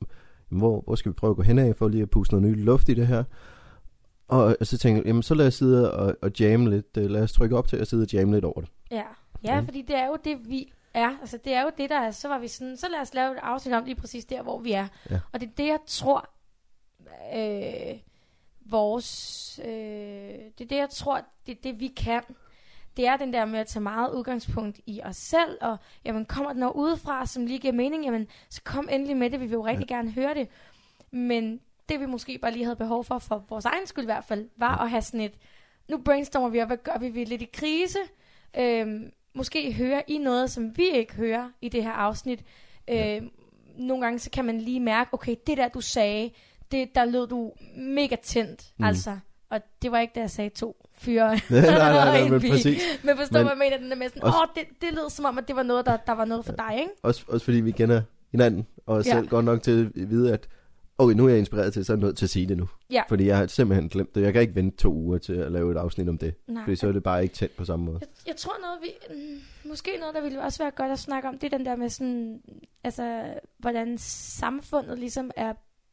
hvor, hvor skal vi prøve at gå hen af, for lige at puste noget ny luft i det her. Og, og så tænkte jeg, jamen så lad os sidde og, og jamme lidt, lad os trykke op til at sidde og jamme lidt over det. Ja, ja, fordi det er jo det, vi er. Altså det er jo det, der er, så var vi sådan, så lad os lave et afsnit om lige præcis der, hvor vi er. Ja. Og det er det, jeg tror, øh, vores, øh, det er det, jeg tror, det er det, vi kan. Det er den der med at tage meget udgangspunkt i os selv, og jamen, kommer der noget udefra, som lige giver mening, jamen, så kom endelig med det, vi vil jo rigtig ja. gerne høre det. Men det vi måske bare lige havde behov for, for vores egen skyld i hvert fald, var ja. at have sådan et, nu brainstormer vi, og hvad gør vi, vi er lidt i krise, øhm, måske hører I noget, som vi ikke hører i det her afsnit. Ja. Øhm, nogle gange så kan man lige mærke, okay, det der du sagde, det, der lød du mega tændt, mm. altså. Og det var ikke det, jeg sagde to fyre. nej, nej, nej, nej, men præcis. Men forstår men, hvad jeg mener, den der med sådan, åh, oh, det, det lød som om, at det var noget, der, der var noget for ja, dig, ikke? Også, også fordi vi kender hinanden, og ja. selv godt nok til at vide, at okay, nu er jeg inspireret til, så er jeg nødt til at sige det nu. Ja. Fordi jeg har simpelthen glemt det. Jeg kan ikke vente to uger til at lave et afsnit om det. Nej. Fordi så er det bare ikke tændt på samme måde. Jeg, jeg tror noget, vi... Mm, måske noget, der ville også være godt at snakke om, det er den der med sådan... Altså, hvordan samfundet ligesom er...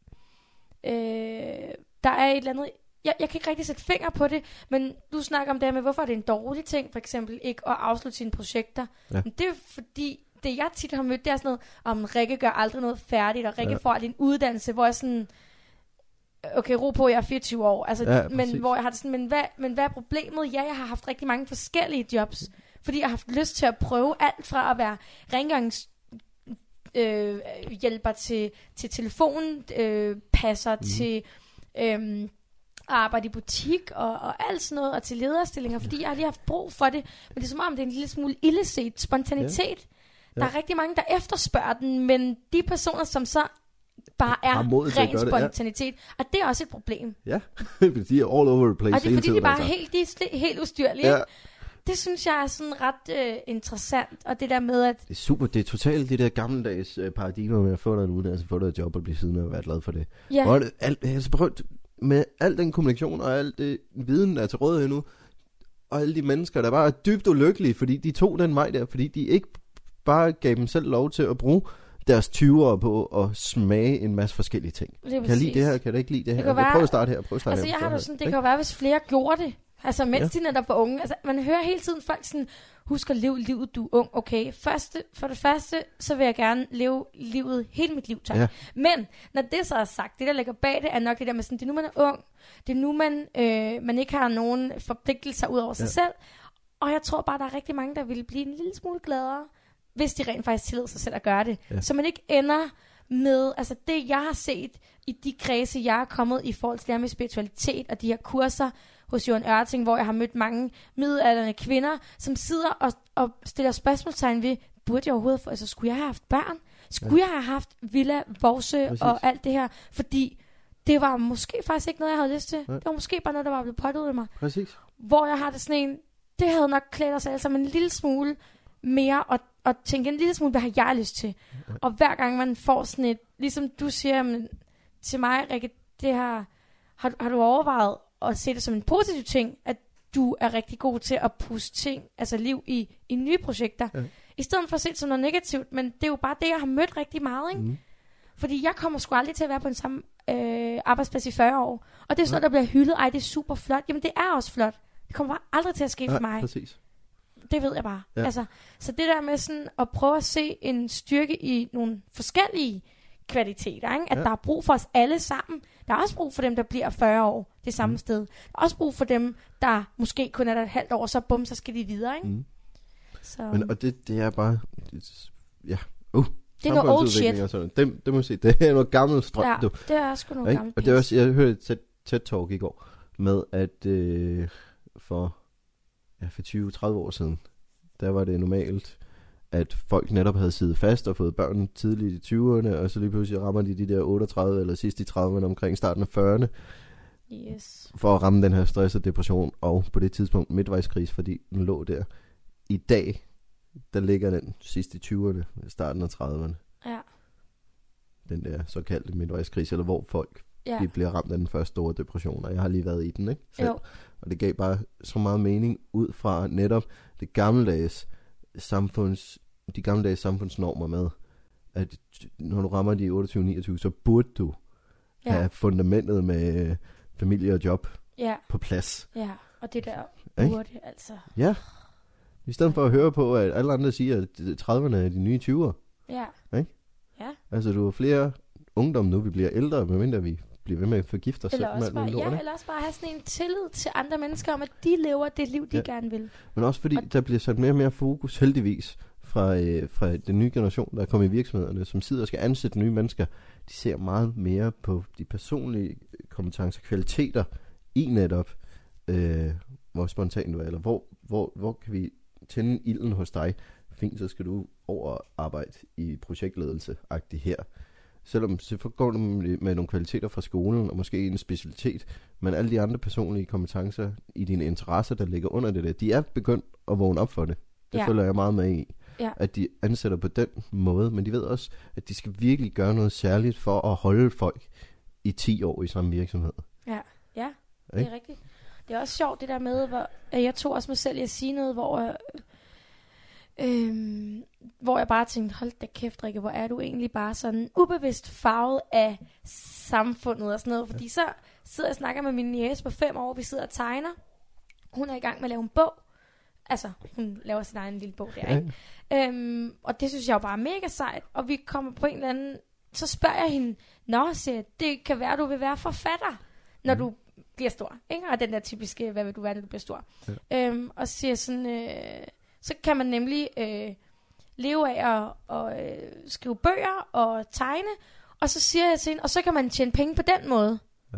Øh, der er et eller andet... Jeg, jeg kan ikke rigtig sætte finger på det, men du snakker om det her med, hvorfor er det en dårlig ting, for eksempel ikke at afslutte sine projekter. Ja. Men det er fordi... Det jeg tit har mødt, det er sådan noget, om Rikke gør aldrig noget færdigt, og Rikke ja. får aldrig en uddannelse, hvor jeg sådan, okay, ro på, jeg er fireogtyve år, altså, ja, men hvor jeg har det sådan, men hvad, men hvad er problemet? Ja, jeg har haft rigtig mange forskellige jobs, fordi jeg har haft lyst til at prøve alt fra at være rengørings øh, hjælper til, til telefonpasser, øh, passer, mm. til øh, arbejde i butik og, og alt sådan noget, og til lederstillinger, fordi jeg har lige haft brug for det, men det er som om, det er en lille smule illeset spontanitet. Ja. Der er rigtig mange, der efterspørger den, men de personer, som så bare er ren spontanitet, ja. og det er også et problem. Ja, de er all over the place. Og det er fordi, de bare er helt, de er helt ustyrlige. Ja. Det synes jeg er sådan ret øh, interessant, og det der med, at... Det er super, det er totalt det der gammeldags øh, paradigmer med at få dig en uddannelse, få dig et job og blive siddende og være glad for det. Ja. Og det, alt, altså prøv, med al den kommunikation og al det viden, der er til rådighed nu, og alle de mennesker, der bare er dybt ulykkelige, fordi de tog den vej der, fordi de ikke bare gav dem selv lov til at bruge deres tyvere på at smage en masse forskellige ting. Kan jeg lide det her? Kan jeg ikke lide det her? Det være, prøv at starte her. Prøv at starte altså her. Jeg har sådan, det kan jo være, hvis flere gjorde det. Altså mens ja. de netop var unge. Altså man hører hele tiden folk sådan, husk at leve livet, du er ung. Okay, første, for det første, så vil jeg gerne leve livet hele mit liv, tak. Ja. Men når det så er sagt, det der ligger bag det, er nok det der med sådan, det er nu man er ung. Det er nu man, øh, man ikke har nogen forpligtelser ud over sig ja. selv. Og jeg tror bare, der er rigtig mange, der vil blive en lille smule gladere, hvis de rent faktisk tillader sig selv at gøre det. Ja. Så man ikke ender med, altså det jeg har set i de kredse, jeg er kommet i forhold til det her med spiritualitet, og de her kurser hos Jørgen Ørting, hvor jeg har mødt mange midaldrende kvinder, som sidder og, og stiller spørgsmålstegn ved, burde jeg overhovedet få, altså skulle jeg have haft børn? Skulle ja. jeg have haft villa, vorse og alt det her? Fordi det var måske faktisk ikke noget, jeg havde lyst til. Ja. Det var måske bare noget, der var blevet pådødet af mig. Præcis. Hvor jeg har det sådan en, det havde nok klædt os alle sammen en lille smule mere, og, og tænke en lille smule, hvad har jeg lyst til? Ja. Og hver gang man får sådan et, ligesom du siger men, til mig, Rikke, det her, har, har du overvejet at se det som en positiv ting, at du er rigtig god til at puste ting, altså liv i, i nye projekter, ja. I stedet for at se det som noget negativt, men det er jo bare det, jeg har mødt rigtig meget, ikke? Mm. Fordi jeg kommer sgu aldrig til at være på en samme øh, arbejdsplads i fyrre år, og det er sådan noget, der bliver hyldet, ej, det er super flot, jamen det er også flot, det kommer bare aldrig til at ske ja, for mig. Præcis. Det ved jeg bare. Ja. Altså, så det der med sådan at prøve at se en styrke i nogle forskellige kvaliteter, ikke? At ja. der er brug for os alle sammen. Der er også brug for dem, der bliver fyrre år det samme mm. sted. Der er også brug for dem, der måske kun er der et halvt år, så bum, så skal de videre, ikke? Mm. Så. Men, og det, det er bare... Det, ja. Uh, det er noget old shit. Det, det må jeg sige. Det er noget gammelt strøm, ja, du. det er sgu noget gammelt. Og det er også, jeg hørte et TED-talk i går med, at øh, for, ja, for tyve til tredive år siden, der var det normalt, at folk netop havde siddet fast og fået børn tidligt i tyverne, og så lige pludselig rammer de de der otteogtredive eller sidst i trediverne omkring starten af fyrrerne. Yes. For at ramme den her stress og depression, og på det tidspunkt midtvejskrise, fordi den lå der. I dag, der ligger den sidst i tyverne, starten af trediverne. Ja. Den der såkaldte midtvejskrise, eller hvor folk ja. de bliver ramt af den første store depression, og jeg har lige været i den, ikke? Selv. Jo. Og det gav bare så meget mening ud fra netop det gammeldags samfunds, de gammeldags samfundsnormer med, at når du rammer de otteogtyve niogtyve, så burde du ja. have fundamentet med øh, familie og job ja. på plads. Ja, og det der burde, ikke? Altså. Ja. I stedet for at høre på, at alle andre siger, at trediverne er de nye tyvere. Ja. Ikke? Ja. Altså, du har flere ungdom nu, vi bliver ældre, medmindre vi bliver ved med at forgifte os eller selv. Også bare, ja, eller også bare have sådan en tillid til andre mennesker, om at de lever det liv, de ja. gerne vil. Men også fordi, og der bliver sat mere og mere fokus, heldigvis, fra, øh, fra den nye generation, der er kommet i virksomhederne, som sidder og skal ansætte nye mennesker. De ser meget mere på de personlige kompetencer, kvaliteter i netop, øh, hvor spontan du er, eller hvor, hvor, hvor kan vi tænde ilden hos dig. Fint, så skal du over og arbejde i projektledelse-agtigt her. Selvom så går du med nogle kvaliteter fra skolen, og måske en specialitet, men alle de andre personlige kompetencer i dine interesser, der ligger under det der, de er begyndt at vågne op for det. Det ja. føler jeg meget med i. Ja. At de ansætter på den måde, men de ved også, at de skal virkelig gøre noget særligt for at holde folk i ti år i samme virksomhed. Ja, ja, det er rigtigt. Det er også sjovt det der med, hvor jeg tog også mig selv i at sige noget, hvor, øh, hvor jeg bare tænkte, hold da kæft, Rikke, hvor er du egentlig bare sådan ubevidst farvet af samfundet og sådan noget. Fordi så sidder jeg og snakker med min niece på fem år, vi sidder og tegner. Hun er i gang med at lave en bog. Altså, hun laver sin egen lille bog der, ikke? Ja. Øhm, og det synes jeg jo bare er mega sejt. Og vi kommer på en eller anden, så spørger jeg hende, nå, siger, det kan være, du vil være forfatter, når mm. du bliver stor, ikke? Og den der typiske, hvad vil du være, når du bliver stor? Ja. Øhm, og siger sådan, øh, så kan man nemlig øh, leve af at og, øh, skrive bøger og tegne, og så siger jeg til hende, og så kan man tjene penge på den måde. Ja.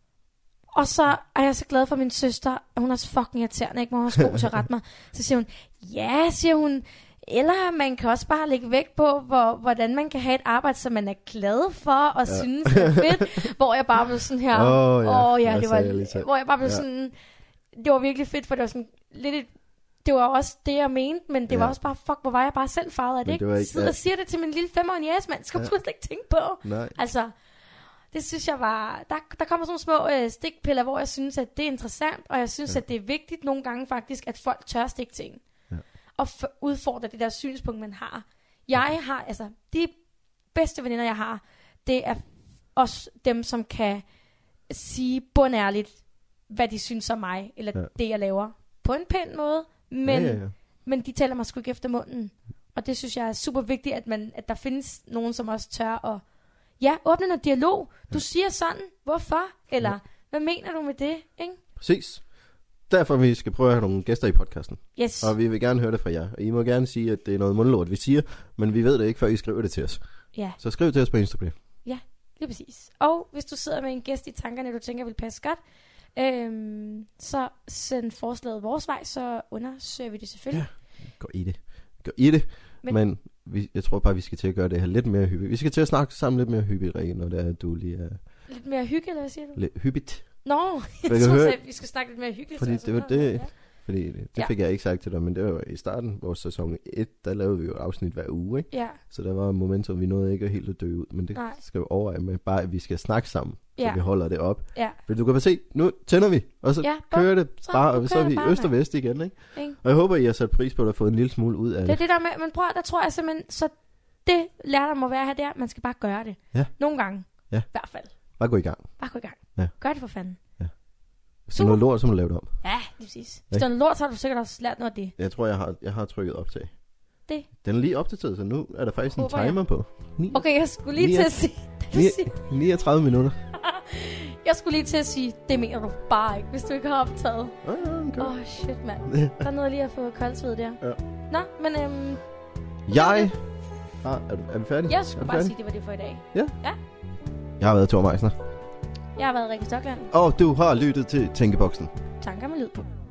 Og så er jeg så glad for min søster, og hun er så fucking irriterende, ikke? Hvor hun er så god til at rette mig. Så siger hun, ja, siger hun, eller man kan også bare lægge vægt på, hvor, hvordan man kan have et arbejde, som man er glad for, og ja. synes er fedt. Hvor jeg bare blev sådan her, åh oh, ja, oh, ja det var, jeg hvor jeg bare blev ja. sådan, det var virkelig fedt, for det var sådan lidt et, det var også det, jeg mente, men det ja. var også bare, fuck, hvor var jeg bare selv farvet af det, ikke? Jeg sidder ja. og siger det til min lille femårige jæs, mand, skal du ja. slet ikke tænke på. Nej. Altså, det synes jeg var, der, der kommer sådan små øh, stikpiller, hvor jeg synes, at det er interessant, og jeg synes, ja. at det er vigtigt nogle gange faktisk, at folk tør stikke ting. Ja. Og f- udfordre det der synspunkt, man har. Jeg har, altså, de bedste veninder, jeg har, det er også dem, som kan sige bundærligt, hvad de synes om mig, eller ja. det, jeg laver. På en pæn måde, men, ja, ja, ja. men de taler mig sgu ikke efter munden. Og det synes jeg er super vigtigt, at, man, at der findes nogen, som også tør at ja, åbne noget dialog. Du ja. siger sådan, hvorfor? Eller, ja. hvad mener du med det? Ikke? Præcis. Derfor vi skal prøve at have nogle gæster i podcasten. Yes. Og vi vil gerne høre det fra jer. Og I må gerne sige, at det er noget mundlort, vi siger, men vi ved det ikke, før I skriver det til os. Ja. Så skriv til os på Instagram. Ja, lige præcis. Og hvis du sidder med en gæst i tankerne, du tænker vil passe godt, øhm, så send forslaget vores vej, så undersøger vi det selvfølgelig. Ja, gå i det. Gå i det. Men, men vi, jeg tror bare, vi skal til at gøre det her lidt mere hyppigt. Vi skal til at snakke sammen lidt mere hyppigt, Rikke, når det er, du lige er... Lidt mere hygge, eller hvad siger du? Lidt hyppigt. Nå, jeg tror at vi skal snakke lidt mere hyggeligt. Fordi det var det, ja. fordi det, det fik ja. jeg ikke sagt til dig, men det var i starten, vores sæson et, der lavede vi jo afsnit hver uge, ikke? Ja. Så der var et moment, hvor vi nåede ikke helt at dø ud, men det Nej. skal vi overveje med, bare at vi skal snakke sammen, ja. så vi holder det op. Ja. For du kan bare se, nu tænder vi, og så ja, kører det så, bare, og så er vi øst og vest igen, ikke? ikke? Og jeg håber, I har sat pris på, at have fået en lille smule ud af det. Det er det der med, men prøv, der tror jeg simpelthen, så det lærer der må være her der, man skal bare gøre det. Ja. Nogle gange, ja. i hvert fald. Bare gå i gang. Bare gå i gang. Ja. Gør det for fanden. Ja. Hvis der er noget lort, så må du lave det om. Ja, lige præcis. Hvis der er noget lort, så har du sikkert også lært noget af det. Jeg tror, jeg har, jeg har trykket optag. Det? Den er lige opdateret, så nu er der faktisk Håber en timer jeg. på. ni, okay, jeg skulle lige ni, til at sige... ni, niogtredive minutter. Jeg skulle lige til at sige, det mener du bare ikke, hvis du ikke har optaget. Åh, oh, okay. oh, shit, mand. Der er noget lige at få koldsved der. Ja. Nå, men... Øhm, jeg... Ah, er, du, er vi færdige? Jeg skulle bare færdig? sige, det var det for i dag. Ja? Ja. Jeg har været Thor Meisner. Jeg har været Rikke Stokland. Og du har lyttet til Tænkeboksen. Tanker med lyd på.